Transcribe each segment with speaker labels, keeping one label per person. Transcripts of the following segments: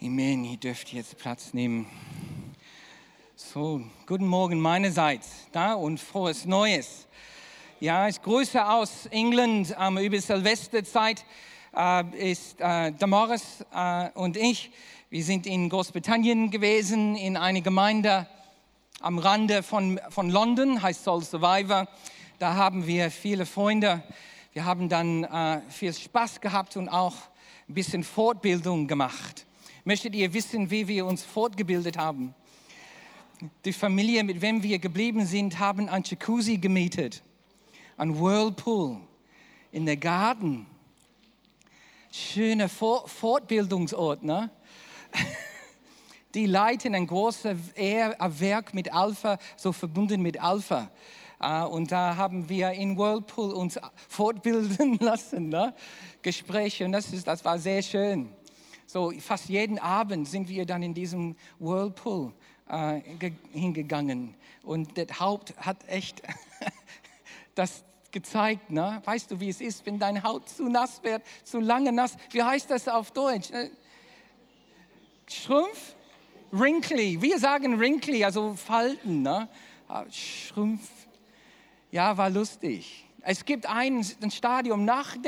Speaker 1: Amen, ihr dürft jetzt Platz nehmen. So, guten Morgen meinerseits und frohes Neues. Ja, ich grüße aus England über Silvesterzeit. Ist Damaris und ich, wir sind in Großbritannien gewesen, in einer Gemeinde am Rande von London, heißt Soul Survivor. Da haben wir viele Freunde. Wir haben dann viel Spaß gehabt und auch ein bisschen Fortbildung gemacht. Möchtet ihr wissen, wie wir uns fortgebildet haben? Die Familie, mit wem wir geblieben sind, haben ein Jacuzzi gemietet, ein Whirlpool in der Garten. Schöner Fortbildungsort, ne? Die leiten ein großes Werk mit Alpha, so verbunden mit Alpha. Und da haben wir in Whirlpool uns fortbilden lassen, ne? Gespräche, und das war sehr schön. So fast jeden Abend sind wir dann in diesem Whirlpool hingegangen. Und der Haupt hat echt das gezeigt. Ne? Weißt du, wie es ist, wenn deine Haut zu nass wird, zu lange nass? Wie heißt das auf Deutsch? Schrumpf? Wrinkly. Wir sagen wrinkly, also Falten. Ne? Schrumpf. Ja, war lustig. Es gibt ein Stadium nach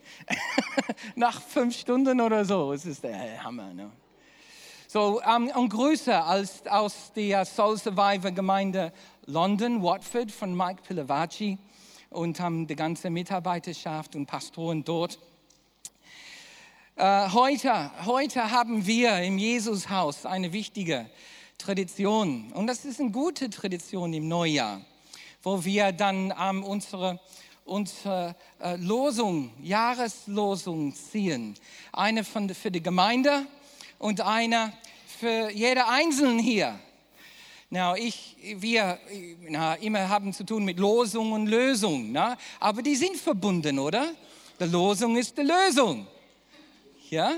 Speaker 1: 5 Stunden oder so. Es ist der Hammer. Ne? So, und Grüße aus der Soul Survivor Gemeinde London, Watford, von Mike Pilavachi und die ganze Mitarbeiterschaft und Pastoren dort. Heute haben wir im Jesushaus eine wichtige Tradition. Und das ist eine gute Tradition im Neujahr, wo wir dann unsere Losung, Jahreslosung ziehen. Eine für die Gemeinde und eine für jeder Einzelne hier. Wir immer haben zu tun mit Losung und Lösung, ne? Aber die sind verbunden, oder? Die Losung ist die Lösung. Ja?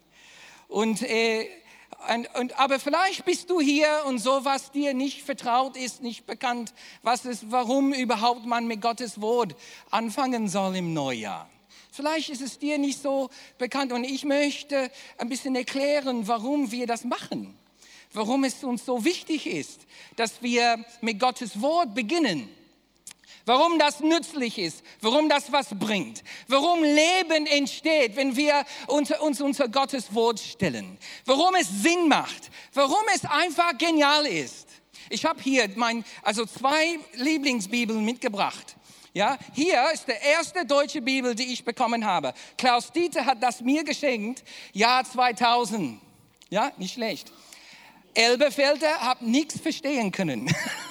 Speaker 1: Aber vielleicht bist du hier und so, was dir nicht vertraut ist, nicht bekannt, warum überhaupt man mit Gottes Wort anfangen soll im Neujahr. Vielleicht ist es dir nicht so bekannt und ich möchte ein bisschen erklären, warum wir das machen. Warum es uns so wichtig ist, dass wir mit Gottes Wort beginnen. Warum das nützlich ist, warum das was bringt, warum Leben entsteht, wenn wir uns unter Gottes Wort stellen, warum es Sinn macht, warum es einfach genial ist. Ich habe hier 2 Lieblingsbibeln mitgebracht. Ja, hier ist die erste deutsche Bibel, die ich bekommen habe. Klaus Dieter hat das mir geschenkt, Jahr 2000. Ja, nicht schlecht. Elberfelder, habe nichts verstehen können.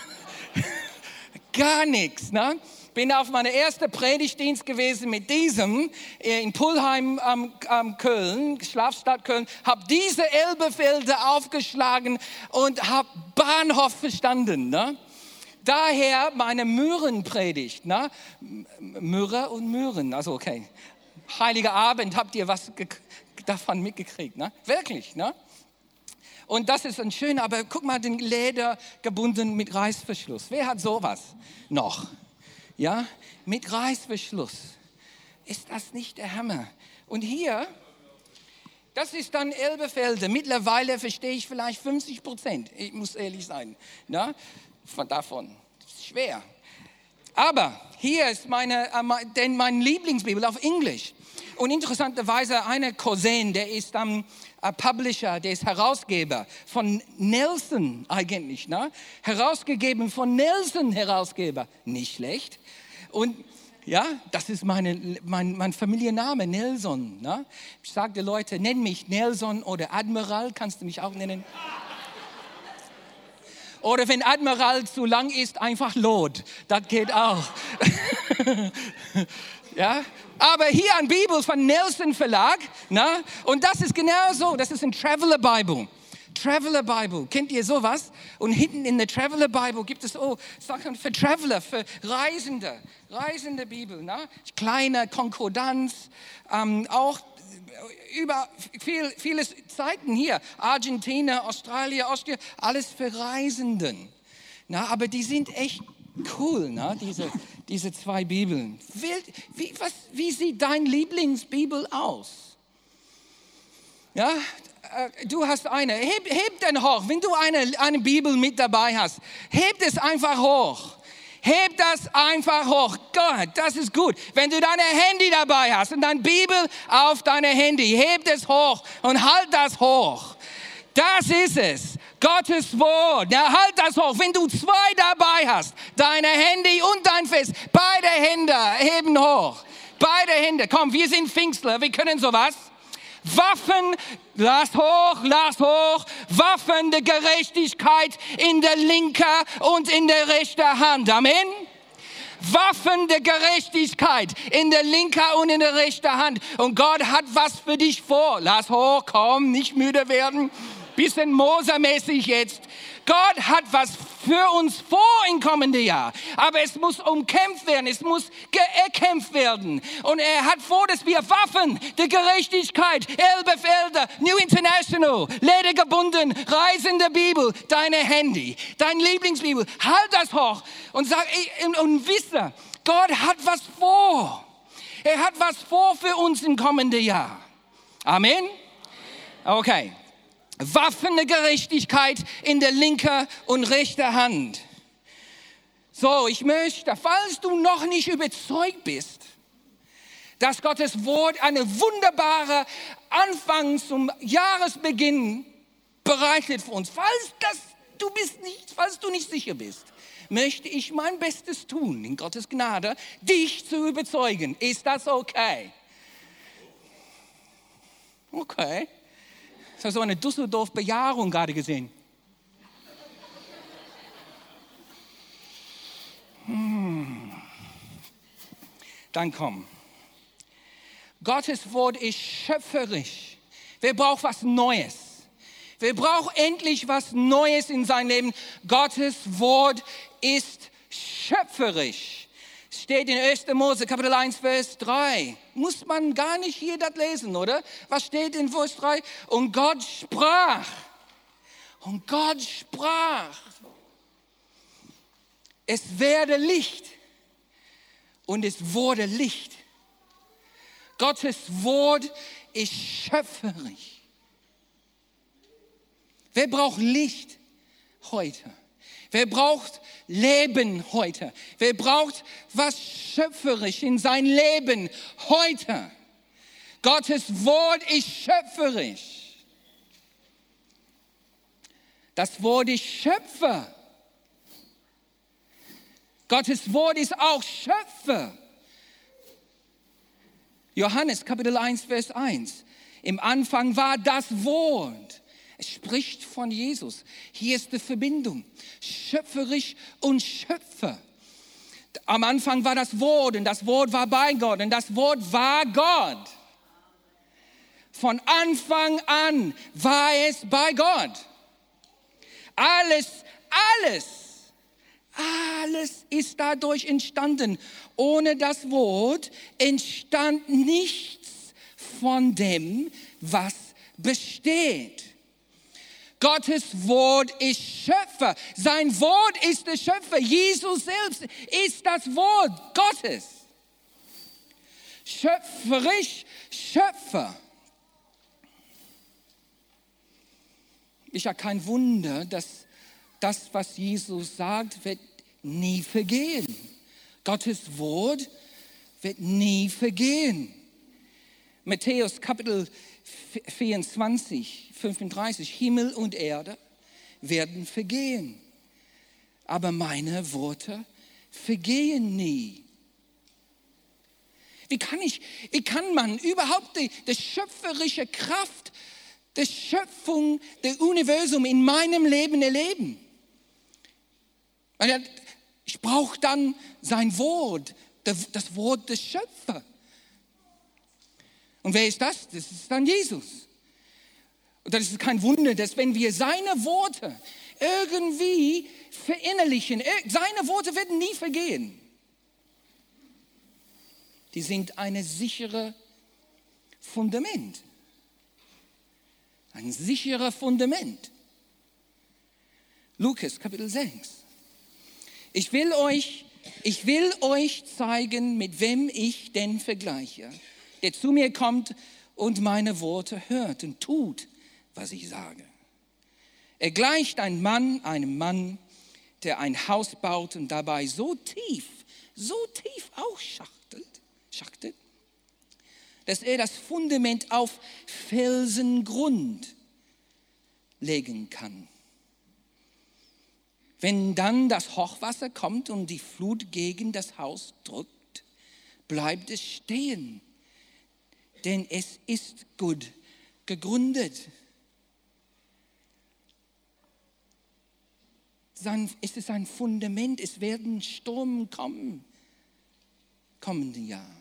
Speaker 1: Gar nichts. Ne? Bin auf meiner ersten Predigtdienst gewesen mit diesem in Pulheim Köln, Schlafstadt Köln, habe diese Elberfelder aufgeschlagen und habe Bahnhof verstanden. Ne? Daher meine Myrrenpredigt. Ne? Myrrhe und Myrren, also okay. Heiliger Abend, habt ihr was davon mitgekriegt? Ne? Wirklich, ne? Und das ist ein schöner, aber guck mal, den Leder gebunden mit Reißverschluss. Wer hat sowas noch? Ja, mit Reißverschluss. Ist das nicht der Hammer? Und hier, das ist dann Elberfelder. Mittlerweile verstehe ich vielleicht 50%. Ich muss ehrlich sein. Ja, davon. Das ist schwer. Aber hier ist meine Lieblingsbibel auf Englisch. Und interessanterweise eine Cousin, der ist Publisher, der ist Herausgeber von Nelson eigentlich, ne? Herausgegeben von Nelson Herausgeber, nicht schlecht. Und ja, das ist mein Familienname, Nelson. Ne? Ich sage den Leuten, nenn mich Nelson oder Admiral, kannst du mich auch nennen. Oder wenn Admiral zu lang ist, einfach Lord, das geht auch. Ja, aber hier eine Bibel von Nelson Verlag, na? Und das ist genau so, das ist ein Traveler Bible. Traveler Bible, kennt ihr sowas? Und hinten in der Traveler Bible gibt es Sachen für Traveler, für Reisende Bibel, na? Kleine Konkordanz, auch über viele Zeiten hier, Argentinien, Australien, alles für Reisenden. Na, aber die sind echt cool, ne? Diese 2 Bibeln. Wie sieht dein Lieblingsbibel aus? Ja, du hast eine, heb den hoch. Wenn du eine Bibel mit dabei hast, heb es einfach hoch. Heb das einfach hoch. Gott, das ist gut. Wenn du dein Handy dabei hast und deine Bibel auf dein Handy, heb es hoch und halt das hoch. Das ist es. Gottes Wort. Ja, halt das hoch. Wenn du zwei dabei hast, deine Handy und dein Fest, beide Hände heben hoch. Beide Hände. Komm, wir sind Pfingstler, wir können sowas. Waffen, lasst hoch, Waffen der Gerechtigkeit in der linken und in der rechten Hand. Amen. Waffen der Gerechtigkeit in der linken und in der rechten Hand. Und Gott hat was für dich vor. Lass hoch, komm, nicht müde werden. Bisschen Mosermäßig jetzt. Gott hat was für uns vor im kommenden Jahr. Aber es muss umkämpft werden. Es muss erkämpft werden. Und er hat vor, dass wir Waffen der Gerechtigkeit, Elberfelder, New International, Ledergebunden, Reisende Bibel, deine Handy, dein Lieblingsbibel, halt das hoch und sag, und wisse, Gott hat was vor. Er hat was vor für uns im kommenden Jahr. Amen? Okay. Waffen der Gerechtigkeit in der linken und rechten Hand. So, ich möchte, falls du noch nicht überzeugt bist, dass Gottes Wort eine wunderbare Anfang zum Jahresbeginn bereitet für uns, falls du nicht sicher bist, möchte ich mein Bestes tun, in Gottes Gnade, dich zu überzeugen. Ist das okay? Okay. Ich habe so eine Düsseldorf-Bejahung gerade gesehen. Dann komm. Gottes Wort ist schöpferisch. Wer braucht was Neues? Wer braucht endlich was Neues in seinem Leben? Gottes Wort ist schöpferisch. Steht in 1. Mose, Kapitel 1, Vers 3. Muss man gar nicht hier das lesen, oder? Was steht in Vers 3? Und Gott sprach. Und Gott sprach. Es werde Licht. Und es wurde Licht. Gottes Wort ist schöpferisch. Wer braucht Licht heute? Wer braucht Leben heute? Wer braucht was schöpferisch in sein Leben heute? Gottes Wort ist schöpferisch. Das Wort ist Schöpfer. Gottes Wort ist auch Schöpfer. Johannes Kapitel 1, Vers 1. Im Anfang war das Wort. Es spricht von Jesus. Hier ist die Verbindung. Schöpferisch und Schöpfer. Am Anfang war das Wort und das Wort war bei Gott und das Wort war Gott. Von Anfang an war es bei Gott. Alles ist dadurch entstanden. Ohne das Wort entstand nichts von dem, was besteht. Gottes Wort ist Schöpfer. Sein Wort ist der Schöpfer. Jesus selbst ist das Wort Gottes. Schöpferisch, Schöpfer. Ist ja kein Wunder, dass das, was Jesus sagt, wird nie vergehen. Gottes Wort wird nie vergehen. Matthäus Kapitel 24, 35, Himmel und Erde werden vergehen. Aber meine Worte vergehen nie. Wie kann man überhaupt die schöpferische Kraft der Schöpfung, der Universum in meinem Leben erleben? Ich brauche dann sein Wort, das Wort des Schöpfers. Und wer ist das? Das ist dann Jesus. Und das ist kein Wunder, dass wenn wir seine Worte irgendwie verinnerlichen, seine Worte werden nie vergehen. Die sind ein sicheres Fundament. Ein sicheres Fundament. Lukas Kapitel 6. Ich will euch zeigen, mit wem ich denn vergleiche, der zu mir kommt und meine Worte hört und tut, was ich sage. Er gleicht einem Mann, der ein Haus baut und dabei so tief auch schachtelt, dass er das Fundament auf Felsengrund legen kann. Wenn dann das Hochwasser kommt und die Flut gegen das Haus drückt, bleibt es stehen, denn es ist gut gegründet. Es ist ein Fundament, es werden Stürme kommen, kommenden Jahr.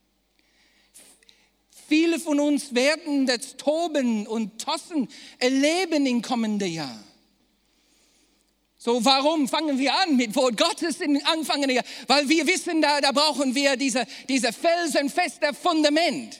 Speaker 1: Viele von uns werden das Toben und Tossen erleben im kommenden Jahr. So, warum fangen wir an mit Wort Gottes im Anfang? Weil wir wissen, da brauchen wir diese felsenfeste Fundament.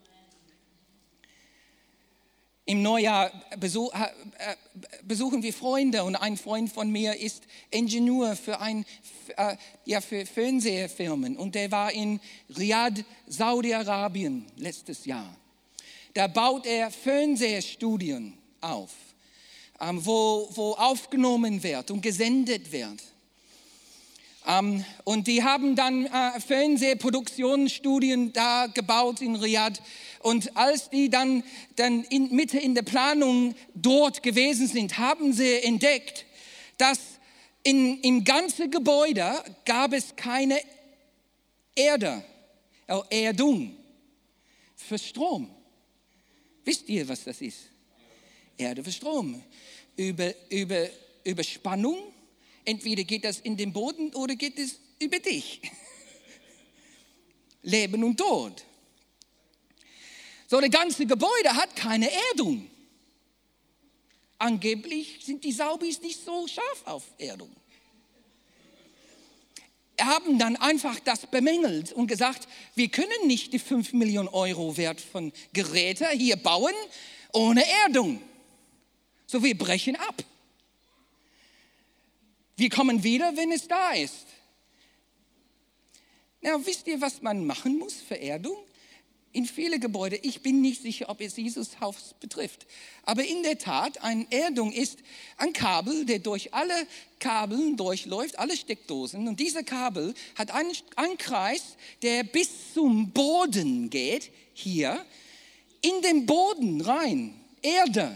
Speaker 1: Im Neujahr besuchen wir Freunde und ein Freund von mir ist Ingenieur für Fernsehfirmen und der war in Riyadh, Saudi-Arabien letztes Jahr. Da baut er Fernsehstudien auf, wo aufgenommen wird und gesendet wird. Und die haben dann Fernsehproduktionsstudien da gebaut in Riyadh. Und als die dann Mitte in der Planung dort gewesen sind, haben sie entdeckt, dass im ganzen Gebäude gab es keine Erdung für Strom. Wisst ihr, was das ist? Erde für Strom. Über Spannung. Entweder geht das in den Boden oder geht es über dich. Leben und Tod. So, das ganze Gebäude hat keine Erdung. Angeblich sind die Saubis nicht so scharf auf Erdung. Haben dann einfach das bemängelt und gesagt, wir können nicht die 5 Millionen Euro Wert von Geräten hier bauen ohne Erdung. So, wir brechen ab. Wir kommen wieder, wenn es da ist. Na, wisst ihr, was man machen muss für Erdung? In viele Gebäude, ich bin nicht sicher, ob es Jesus Haus betrifft, aber in der Tat, eine Erdung ist ein Kabel, der durch alle Kabeln durchläuft, alle Steckdosen. Und dieser Kabel hat einen Kreis, der bis zum Boden geht, hier, in den Boden rein, Erde.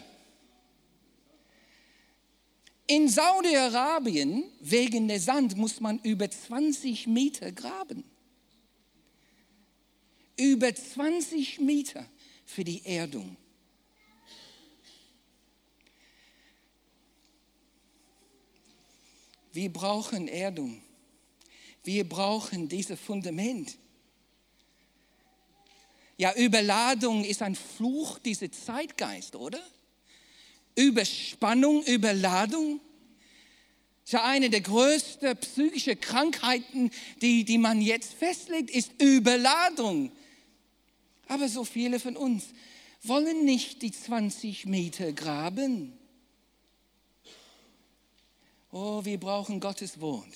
Speaker 1: In Saudi-Arabien, wegen der Sand, muss man über 20 Meter graben. Über 20 Meter für die Erdung. Wir brauchen Erdung. Wir brauchen dieses Fundament. Ja, Überladung ist ein Fluch dieser Zeitgeist, oder? Überspannung, Überladung. Das ist ja eine der größten psychischen Krankheiten, die man jetzt festlegt, ist Überladung. Aber so viele von uns wollen nicht die 20 Meter graben. Oh, wir brauchen Gottes Wort.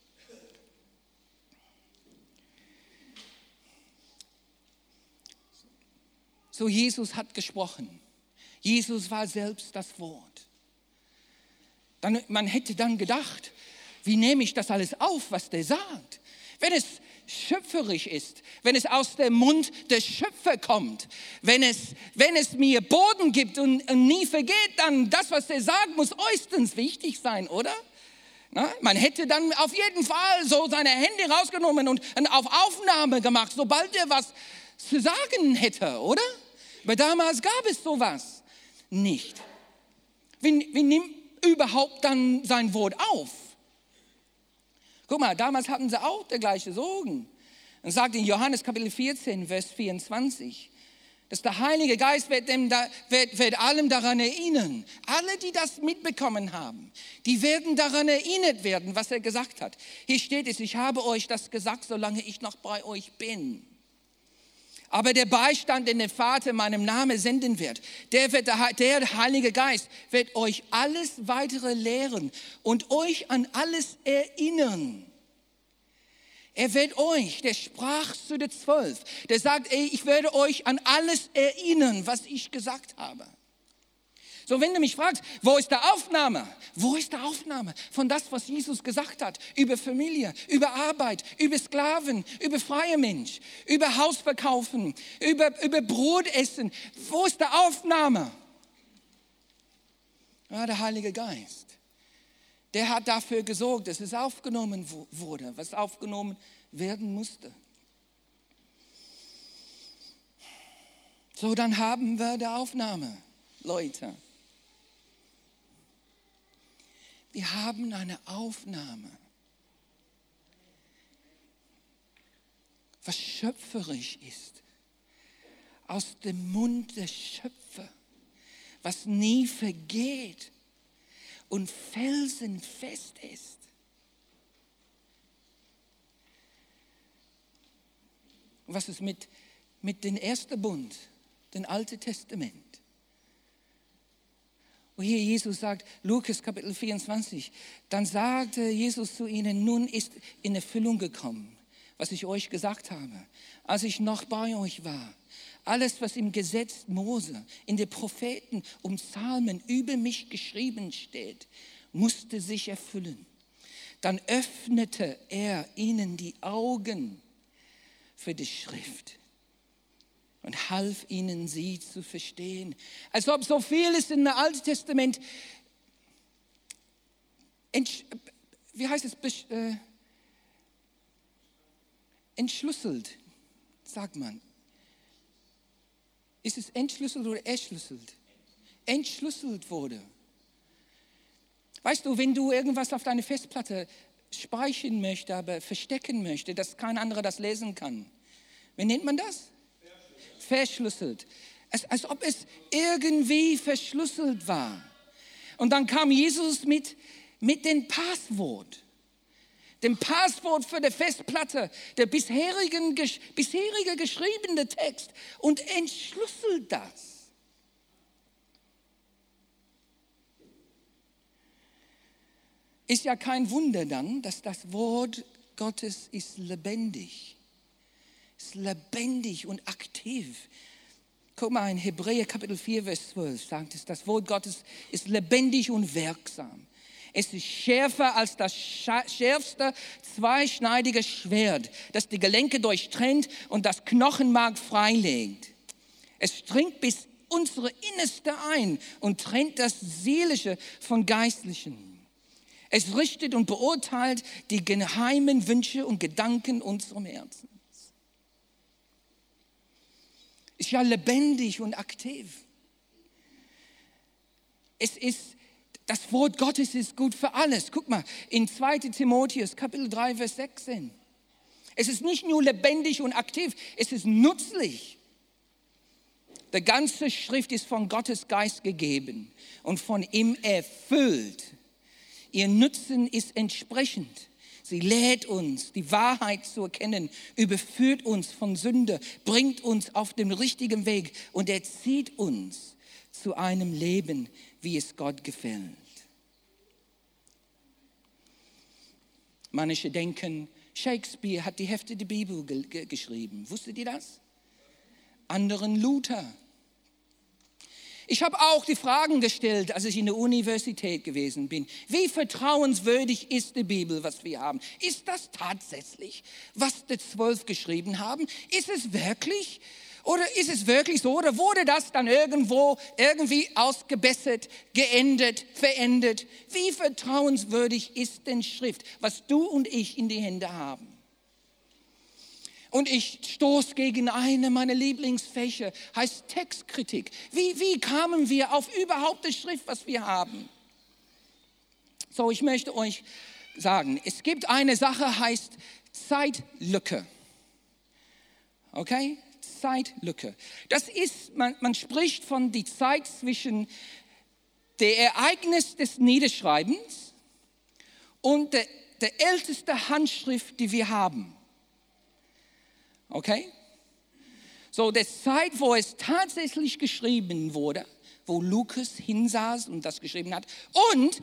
Speaker 1: So, Jesus hat gesprochen. Jesus war selbst das Wort. Man hätte dann gedacht, wie nehme ich das alles auf, was der sagt? Wenn es schöpferisch ist, wenn es aus dem Mund des Schöpfer kommt, wenn es mir Boden gibt und nie vergeht, dann das, was er sagt, muss äußerst wichtig sein, oder? Na, man hätte dann auf jeden Fall so seine Hände rausgenommen und auf Aufnahme gemacht, sobald er was zu sagen hätte, oder? Aber damals gab es sowas nicht. Wie nimmt überhaupt dann sein Wort auf? Guck mal, damals hatten sie auch der gleiche Sorgen. Und sagt in Johannes Kapitel 14, Vers 24, dass der Heilige Geist wird allem daran erinnern. Alle, die das mitbekommen haben, die werden daran erinnert werden, was er gesagt hat. Hier steht es, ich habe euch das gesagt, solange ich noch bei euch bin. Aber der Beistand, den der Vater in meinem Namen senden wird, der Heilige Geist wird euch alles weitere lehren und euch an alles erinnern. Er wird euch, der sprach zu den 12, der sagt, ich werde euch an alles erinnern, was ich gesagt habe. So, wenn du mich fragst, wo ist der Aufnahme? Wo ist der Aufnahme von das, was Jesus gesagt hat? Über Familie, über Arbeit, über Sklaven, über freie Mensch, über Hausverkaufen, über Brotessen. Wo ist der Aufnahme? Ja, der Heilige Geist. Der hat dafür gesorgt, dass es aufgenommen wurde, was aufgenommen werden musste. So, dann haben wir die Aufnahme, Leute. Wir haben eine Aufnahme, was schöpferisch ist, aus dem Mund des Schöpfers, was nie vergeht und felsenfest ist. Was ist mit dem ersten Bund, dem Alten Testament? Wo hier Jesus sagt, Lukas Kapitel 24, dann sagte Jesus zu ihnen, nun ist in Erfüllung gekommen, was ich euch gesagt habe, als ich noch bei euch war. Alles, was im Gesetz Mose, in den Propheten und Psalmen über mich geschrieben steht, musste sich erfüllen. Dann öffnete er ihnen die Augen für die Schrift und half ihnen, sie zu verstehen. Als ob so vieles im Alten Testament, entschlüsselt, sagt man. Ist es entschlüsselt oder erschlüsselt? Entschlüsselt wurde. Weißt du, wenn du irgendwas auf deine Festplatte speichern möchtest, aber verstecken möchtest, dass kein anderer das lesen kann, wie nennt man das? Verschlüsselt. Als ob es irgendwie verschlüsselt war. Und dann kam Jesus mit dem Passwort. Dem Passwort für die Festplatte, der bisherige geschriebene Text und entschlüsselt das. Ist ja kein Wunder dann, dass das Wort Gottes ist lebendig. Ist lebendig und aktiv. Guck mal, in Hebräer Kapitel 4, Vers 12 sagt es, das Wort Gottes ist lebendig und wirksam. Es ist schärfer als das schärfste zweischneidige Schwert, das die Gelenke durchtrennt und das Knochenmark freilegt. Es dringt bis unsere Innerste ein und trennt das Seelische vom Geistlichen. Es richtet und beurteilt die geheimen Wünsche und Gedanken unserem Herzens. Ist ja lebendig und aktiv. Das Wort Gottes ist gut für alles. Guck mal, in 2. Timotheus, Kapitel 3, Vers 16. Es ist nicht nur lebendig und aktiv, es ist nützlich. Die ganze Schrift ist von Gottes Geist gegeben und von ihm erfüllt. Ihr Nutzen ist entsprechend. Sie lehrt uns, die Wahrheit zu erkennen, überführt uns von Sünde, bringt uns auf den richtigen Weg und erzieht uns zu einem Leben, wie es Gott gefällt. Manche denken, Shakespeare hat die Hälfte der Bibel geschrieben. Wusstet ihr das? Anderen Luther. Ich habe auch die Fragen gestellt, als ich in der Universität gewesen bin. Wie vertrauenswürdig ist die Bibel, was wir haben? Ist das tatsächlich, was die 12 geschrieben haben? Ist es wirklich? Oder ist es wirklich so? Oder wurde das dann irgendwie ausgebessert, geändert, verändert? Wie vertrauenswürdig ist denn Schrift, was du und ich in die Hände haben? Und ich stoße gegen eine meiner Lieblingsfächer, heißt Textkritik. Wie kamen wir auf überhaupt die Schrift, was wir haben? So, ich möchte euch sagen, es gibt eine Sache, heißt Zeitlücke. Okay? Zeitlücke. Das ist, man spricht von der Zeit zwischen dem Ereignis des Niederschreibens und der ältesten Handschrift, die wir haben. Okay? So, der Zeit, wo es tatsächlich geschrieben wurde, wo Lukas hinsaß und das geschrieben hat, und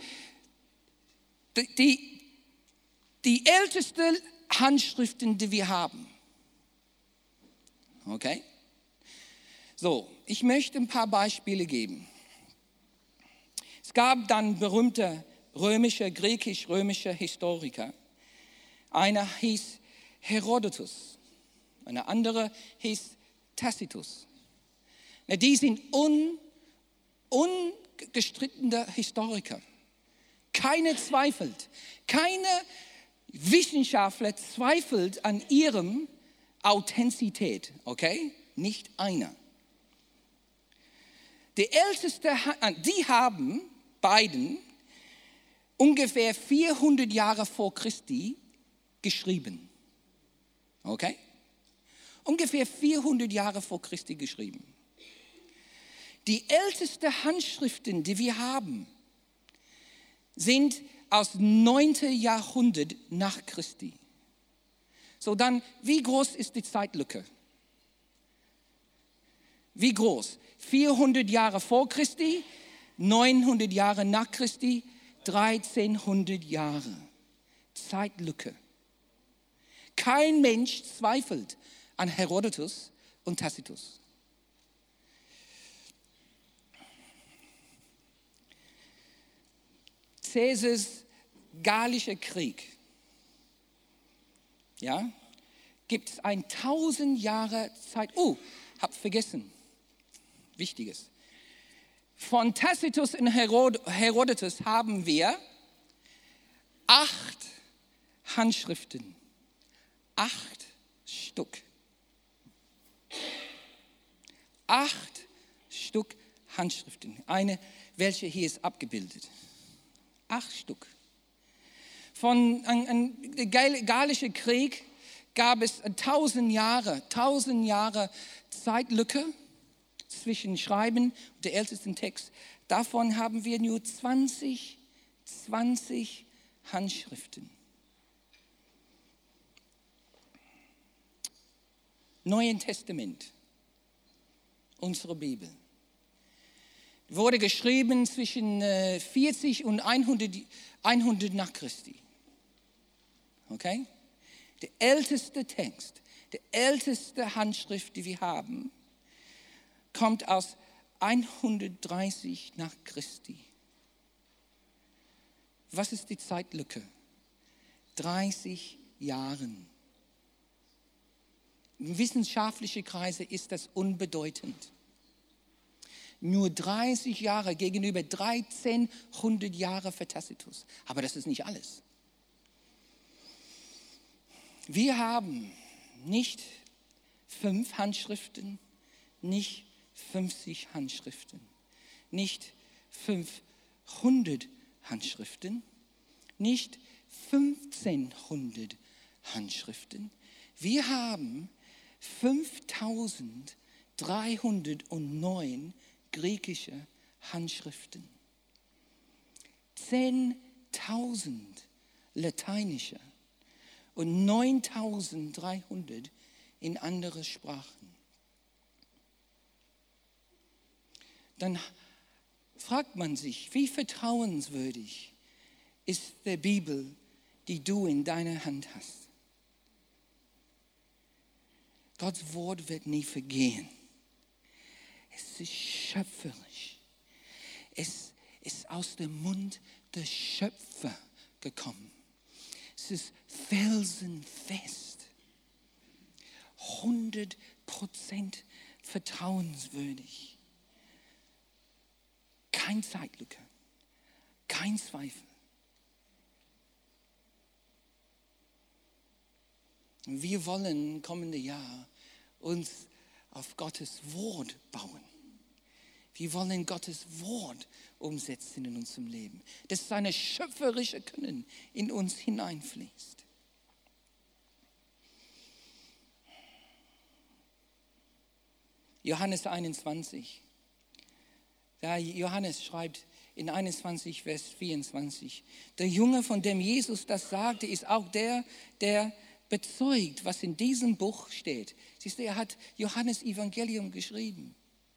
Speaker 1: die ältesten Handschriften, die wir haben. Okay? So, ich möchte ein paar Beispiele geben. gab dann berühmte griechisch-römische Historiker. Einer hieß Herodotus, eine andere hieß Tacitus. Die sind ungestrittene Historiker. Keine Wissenschaftler zweifelt an ihrem Authentizität, okay? Nicht einer. Die haben beiden ungefähr 400 Jahre vor Christi geschrieben. Okay? Ungefähr 400 Jahre vor Christi geschrieben. Die ältesten Handschriften, die wir haben, sind aus 9. Jahrhundert nach Christi. So dann, wie groß ist die Zeitlücke? Wie groß? 400 Jahre vor Christi, 900 Jahre nach Christi, 1300 Jahre. Zeitlücke. Kein Mensch zweifelt an Herodotus und Tacitus. Caesars Gallischer Krieg. Ja, gibt es 1000 Jahre Zeit. Hab vergessen. Wichtiges. Von Tacitus und Herodotus haben wir 8 Handschriften. 8 Stück. 8 Stück Handschriften. Eine, welche hier ist abgebildet. 8 Stück. Von einem Gallischen Krieg gab es 1000 Jahre Zeitlücke zwischen Schreiben und der ältesten Text. Davon haben wir nur 20 Handschriften. Neuen Testament, unsere Bibel, wurde geschrieben zwischen 40 und 100 nach Christi. Okay? Der älteste Text, die älteste Handschrift, die wir haben, kommt aus 130 nach Christi. Was ist die Zeitlücke? 30 Jahre. In wissenschaftlichen Kreisen ist das unbedeutend. Nur 30 Jahre gegenüber 1300 Jahre für Tacitus. Aber das ist nicht alles. Wir haben nicht 5 Handschriften, nicht 50 Handschriften, nicht 500 Handschriften, nicht 1500 Handschriften. Wir haben 5309 griechische Handschriften, 10.000 lateinische und 9.300 in andere Sprachen. Dann fragt man sich, wie vertrauenswürdig ist die Bibel, die du in deiner Hand hast? Gottes Wort wird nie vergehen. Es ist schöpferisch. Es ist aus dem Mund des Schöpfers gekommen. Es ist felsenfest. 100% vertrauenswürdig. Kein Zeitlücke. Kein Zweifel. Wir wollen im kommenden Jahr uns auf Gottes Wort bauen. Wir wollen Gottes Wort umsetzen in unserem Leben. Dass seine schöpferische Können in uns hineinfließt. Johannes 21. Ja, Johannes schreibt in 21, Vers 24. Der Junge, von dem Jesus das sagte, ist auch der bezeugt, was in diesem Buch steht. Siehst du, er hat Johannes Evangelium geschrieben.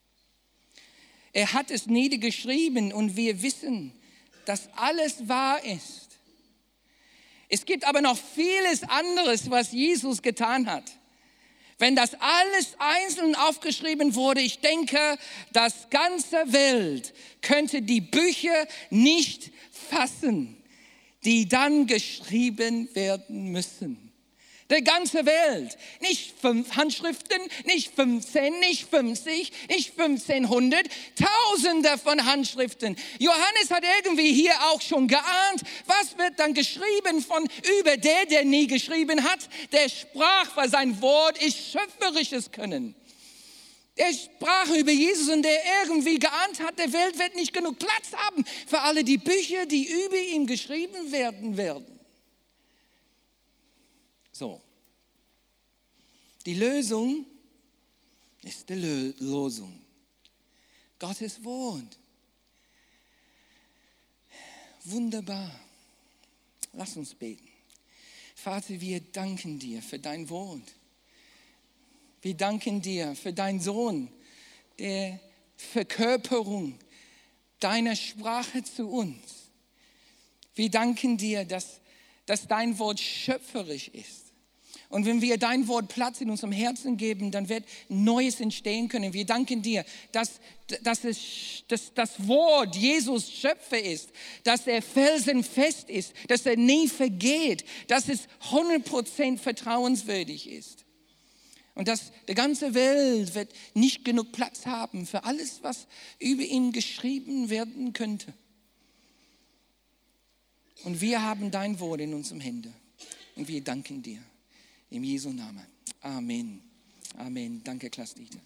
Speaker 1: Er hat es niedergeschrieben und wir wissen, dass alles wahr ist. Es gibt aber noch vieles anderes, was Jesus getan hat. Wenn das alles einzeln aufgeschrieben wurde, ich denke, das ganze Welt könnte die Bücher nicht fassen, die dann geschrieben werden müssen. Die ganze Welt. Nicht 5 Handschriften, nicht 15, nicht 50, nicht 1500, Tausende von Handschriften. Johannes hat irgendwie hier auch schon geahnt, was wird dann geschrieben von über der nie geschrieben hat. Der sprach, weil sein Wort ist schöpferisches Können. Der sprach über Jesus und der irgendwie geahnt hat, der Welt wird nicht genug Platz haben für alle die Bücher, die über ihn geschrieben werden. So, die Lösung ist die Losung. Gottes Wort. Wunderbar. Lass uns beten. Vater, wir danken dir für dein Wort. Wir danken dir für deinen Sohn, der Verkörperung deiner Sprache zu uns. Wir danken dir, dass dein Wort schöpferisch ist. Und wenn wir dein Wort Platz in unserem Herzen geben, dann wird Neues entstehen können. Wir danken dir, dass das Wort Jesus Schöpfer ist, dass er felsenfest ist, dass er nie vergeht, dass es 100% vertrauenswürdig ist. Und dass die ganze Welt wird nicht genug Platz haben für alles, was über ihn geschrieben werden könnte. Und wir haben dein Wort in unseren Händen. Und wir danken dir. Im Jesu Namen. Amen. Amen. Danke, Klaas-Dieter.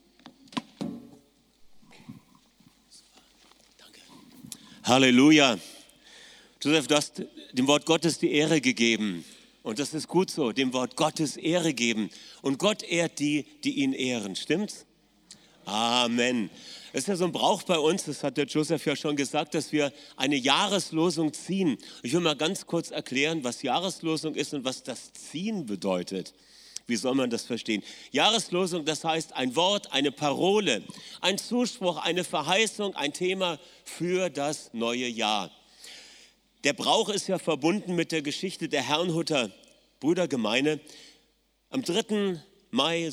Speaker 2: Danke. Halleluja. Josef, du hast dem Wort Gottes die Ehre gegeben. Und das ist gut so, dem Wort Gottes Ehre geben. Und Gott ehrt die, die ihn ehren. Stimmt's? Amen. Es ist ja so ein Brauch bei uns, das hat der Josef ja schon gesagt, dass wir eine Jahreslosung ziehen. Ich will mal ganz kurz erklären, was Jahreslosung ist und was das Ziehen bedeutet. Wie soll man das verstehen? Jahreslosung, das heißt ein Wort, eine Parole, ein Zuspruch, eine Verheißung, ein Thema für das neue Jahr. Der Brauch ist ja verbunden mit der Geschichte der Herrnhuter Brüdergemeine. Am 3. Mai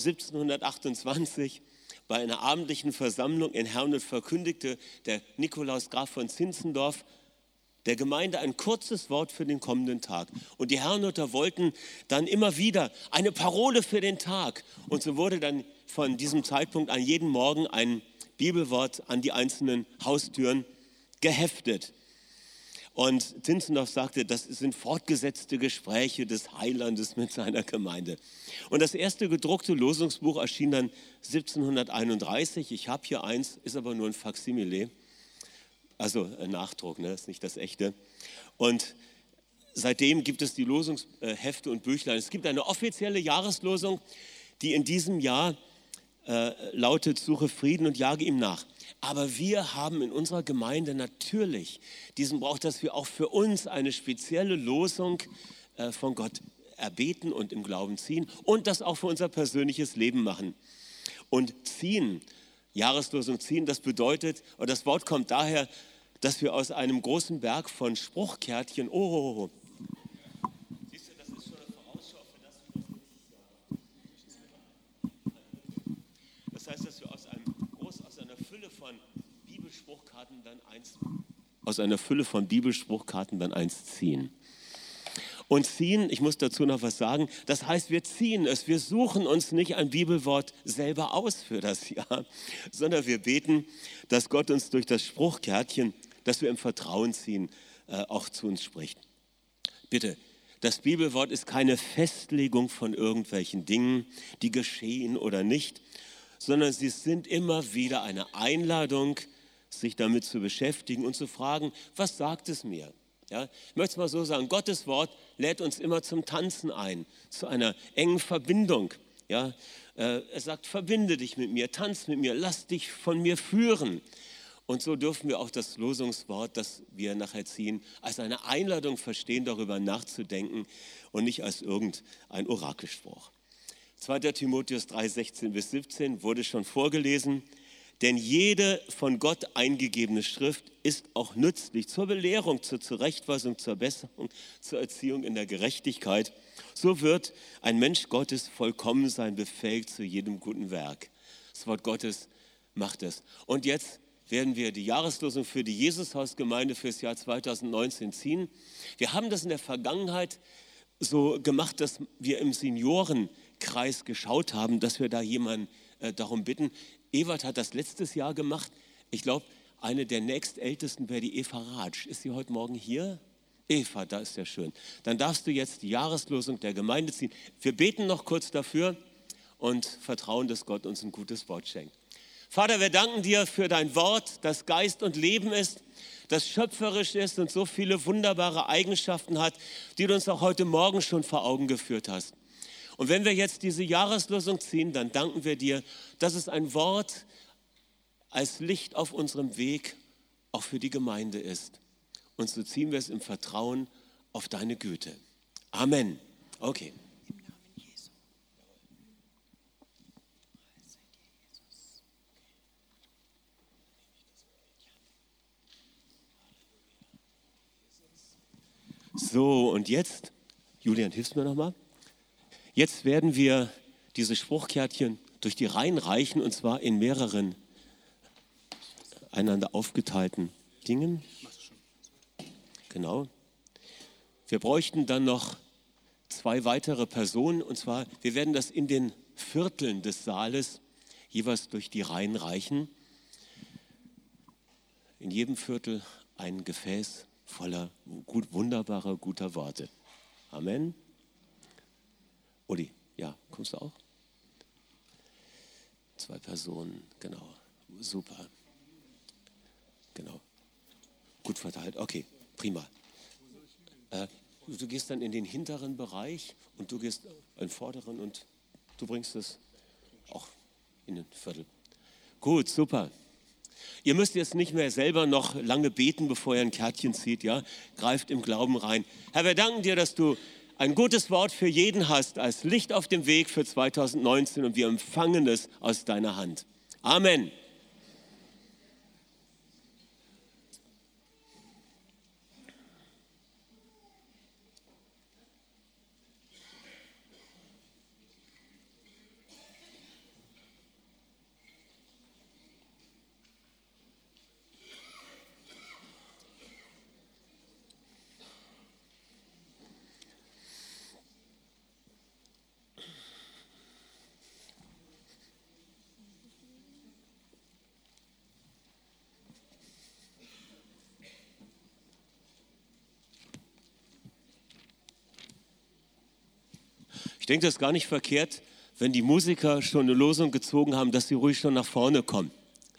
Speaker 2: 1728 bei einer abendlichen Versammlung in Herrnhut verkündigte der Nikolaus Graf von Zinzendorf der Gemeinde ein kurzes Wort für den kommenden Tag. Und die Herrnhuter wollten dann immer wieder eine Parole für den Tag. Und so wurde dann von diesem Zeitpunkt an jeden Morgen ein Bibelwort an die einzelnen Haustüren geheftet. Und Zinzendorf sagte, das sind fortgesetzte Gespräche des Heilandes mit seiner Gemeinde. Und das erste gedruckte Losungsbuch erschien dann 1731. Ich habe hier eins, ist aber nur ein Faksimile. Also ein Nachdruck, ne? Ist nicht das echte. Und seitdem gibt es die Losungshefte und Büchlein. Es gibt eine offizielle Jahreslosung, die in diesem Jahr lautet, suche Frieden und jage ihm nach. Aber wir haben in unserer Gemeinde natürlich diesen Brauch, dass wir auch für uns eine spezielle Losung von Gott erbeten und im Glauben ziehen und das auch für unser persönliches Leben machen. Und ziehen, Jahreslosung ziehen, das bedeutet, und das Wort kommt daher, dass wir aus einem großen Berg von Spruchkärtchen, siehst du, das ist schon eine Vorausschau für das, was nächstes Jahr. Das heißt, dass wir aus einer Fülle von Bibelspruchkarten dann eins ziehen. Und ziehen, ich muss dazu noch was sagen, das heißt, wir ziehen es, wir suchen uns nicht ein Bibelwort selber aus für das Jahr, sondern wir beten, dass Gott uns durch das Spruchkärtchen, das wir im Vertrauen ziehen, auch zu uns spricht. Bitte, das Bibelwort ist keine Festlegung von irgendwelchen Dingen, die geschehen oder nicht, sondern sie sind immer wieder eine Einladung, sich damit zu beschäftigen und zu fragen, was sagt es mir? Ja, ich möchte es mal so sagen, Gottes Wort lädt uns immer zum Tanzen ein, zu einer engen Verbindung. Ja, er sagt, verbinde dich mit mir, tanz mit mir, lass dich von mir führen. Und so dürfen wir auch das Losungswort, das wir nachher ziehen, als eine Einladung verstehen, darüber nachzudenken und nicht als irgendein Orakelspruch. 2. Timotheus 3, 16 bis 17 wurde schon vorgelesen. Denn jede von Gott eingegebene Schrift ist auch nützlich zur Belehrung, zur Zurechtweisung, zur Besserung, zur Erziehung in der Gerechtigkeit. So wird ein Mensch Gottes vollkommen sein, befähigt zu jedem guten Werk. Das Wort Gottes macht es. Und jetzt werden wir die Jahreslosung für die Jesushausgemeinde für das Jahr 2019 ziehen. Wir haben das in der Vergangenheit so gemacht, dass wir im Seniorenkreis geschaut haben, dass wir da jemanden darum bitten. Ewald hat das letztes Jahr gemacht. Ich glaube, eine der nächstältesten wäre die Eva Ratsch. Ist sie heute Morgen hier? Eva, da ist ja schön. Dann darfst du jetzt die Jahreslosung der Gemeinde ziehen. Wir beten noch kurz dafür und vertrauen, dass Gott uns ein gutes Wort schenkt. Vater, wir danken dir für dein Wort, das Geist und Leben ist, das schöpferisch ist und so viele wunderbare Eigenschaften hat, die du uns auch heute Morgen schon vor Augen geführt hast. Und wenn wir jetzt diese Jahreslosung ziehen, dann danken wir dir, dass es ein Wort als Licht auf unserem Weg auch für die Gemeinde ist. Und so ziehen wir es im Vertrauen auf deine Güte. Amen. Okay. So, und jetzt, Julian, hilfst du mir nochmal? Jetzt werden wir diese Spruchkärtchen durch die Reihen reichen, und zwar in mehreren einander aufgeteilten Dingen. Genau. Wir bräuchten dann noch 2 weitere Personen, und zwar, wir werden das in den Vierteln des Saales jeweils durch die Reihen reichen. In jedem Viertel ein Gefäß voller wunderbarer, guter Worte. Amen. Uli, ja, kommst du auch? 2 Personen, genau. Super. Genau. Gut verteilt. Okay, prima. Du gehst dann in den hinteren Bereich und du gehst in den vorderen und du bringst es auch in den Viertel. Gut, super. Ihr müsst jetzt nicht mehr selber noch lange beten, bevor ihr ein Kärtchen zieht, ja? Greift im Glauben rein. Herr, wir danken dir, dass du ein gutes Wort für jeden hast, als Licht auf dem Weg für 2019 und wir empfangen es aus deiner Hand. Amen. Ich denke, das ist gar nicht verkehrt, wenn die Musiker schon eine Losung gezogen haben, dass sie ruhig schon nach vorne kommen.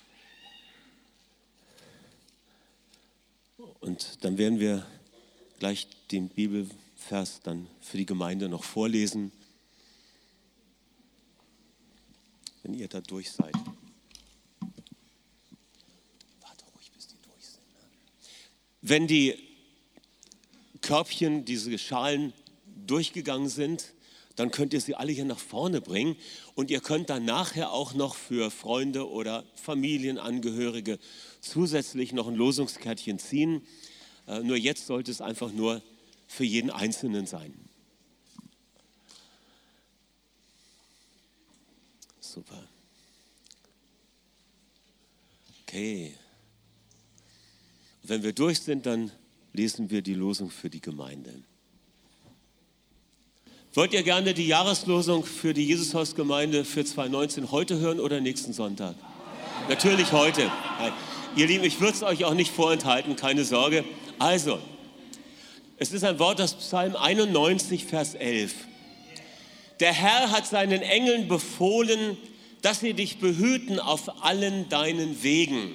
Speaker 2: Und dann werden wir gleich den Bibelvers dann für die Gemeinde noch vorlesen, wenn ihr da durch seid. Warte ruhig, bis die durch sind. Wenn die Körbchen, diese Schalen durchgegangen sind, dann könnt ihr sie alle hier nach vorne bringen und ihr könnt dann nachher auch noch für Freunde oder Familienangehörige zusätzlich noch ein Losungskärtchen ziehen. Nur jetzt sollte es einfach nur für jeden Einzelnen sein. Super. Okay. Wenn wir durch sind, dann lesen wir die Losung für die Gemeinde. Wollt ihr gerne die Jahreslosung für die Jesushausgemeinde für 2019 heute hören oder nächsten Sonntag? Natürlich heute. Ihr Lieben, ich würde es euch auch nicht vorenthalten, keine Sorge. Also, es ist ein Wort aus Psalm 91, Vers 11. Der Herr hat seinen Engeln befohlen, dass sie dich behüten auf allen deinen Wegen.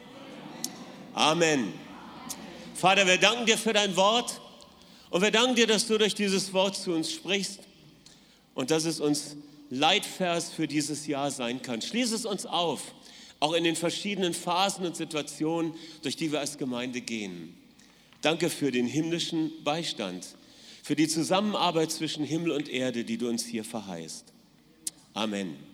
Speaker 2: Amen. Vater, wir danken dir für dein Wort. Und wir danken dir, dass du durch dieses Wort zu uns sprichst und dass es uns Leitvers für dieses Jahr sein kann. Schließ es uns auf, auch in den verschiedenen Phasen und Situationen, durch die wir als Gemeinde gehen. Danke für den himmlischen Beistand, für die Zusammenarbeit zwischen Himmel und Erde, die du uns hier verheißt. Amen.